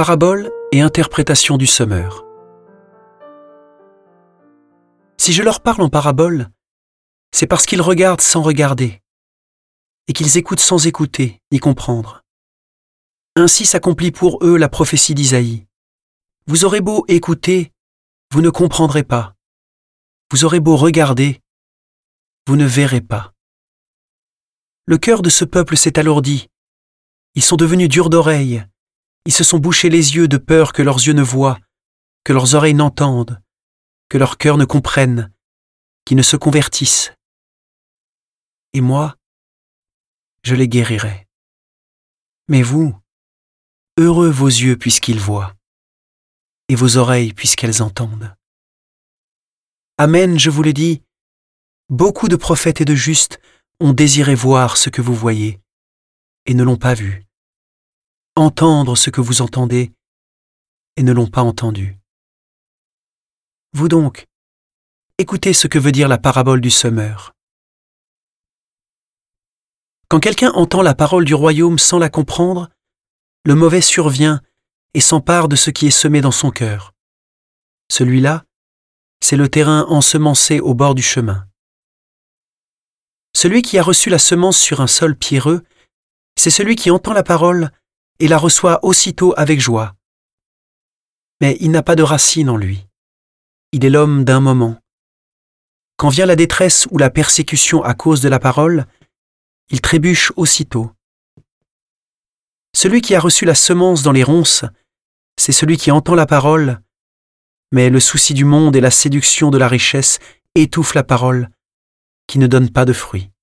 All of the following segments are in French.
Parabole et interprétation du semeur. Si je leur parle en parabole, c'est parce qu'ils regardent sans regarder, et qu'ils écoutent sans écouter ni comprendre. Ainsi s'accomplit pour eux la prophétie d'Isaïe. Vous aurez beau écouter, vous ne comprendrez pas. Vous aurez beau regarder, vous ne verrez pas. Le cœur de ce peuple s'est alourdi. Ils sont devenus durs d'oreilles. Ils se sont bouchés les yeux de peur que leurs yeux ne voient, que leurs oreilles n'entendent, que leur cœur ne comprenne, qu'ils ne se convertissent. Et moi, je les guérirai. Mais vous, heureux vos yeux puisqu'ils voient, et vos oreilles puisqu'elles entendent. Amen, je vous le dis, beaucoup de prophètes et de justes ont désiré voir ce que vous voyez, et ne l'ont pas vu, entendre ce que vous entendez, et ne l'ont pas entendu. Vous donc, écoutez ce que veut dire la parabole du semeur. Quand quelqu'un entend la parole du royaume sans la comprendre, le mauvais survient et s'empare de ce qui est semé dans son cœur. Celui-là, c'est le terrain ensemencé au bord du chemin. Celui qui a reçu la semence sur un sol pierreux, c'est celui qui entend la parole et la reçoit aussitôt avec joie. Mais il n'a pas de racine en lui. Il est l'homme d'un moment. Quand vient la détresse ou la persécution à cause de la parole, il trébuche aussitôt. Celui qui a reçu la semence dans les ronces, c'est celui qui entend la parole, mais le souci du monde et la séduction de la richesse étouffent la parole, qui ne donne pas de fruits.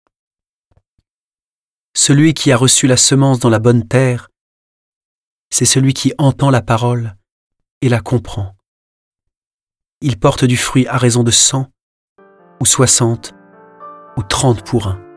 Celui qui a reçu la semence dans la bonne terre, c'est celui qui entend la parole et la comprend. Il porte du fruit à raison de 100, ou 60, ou 30 pour 1.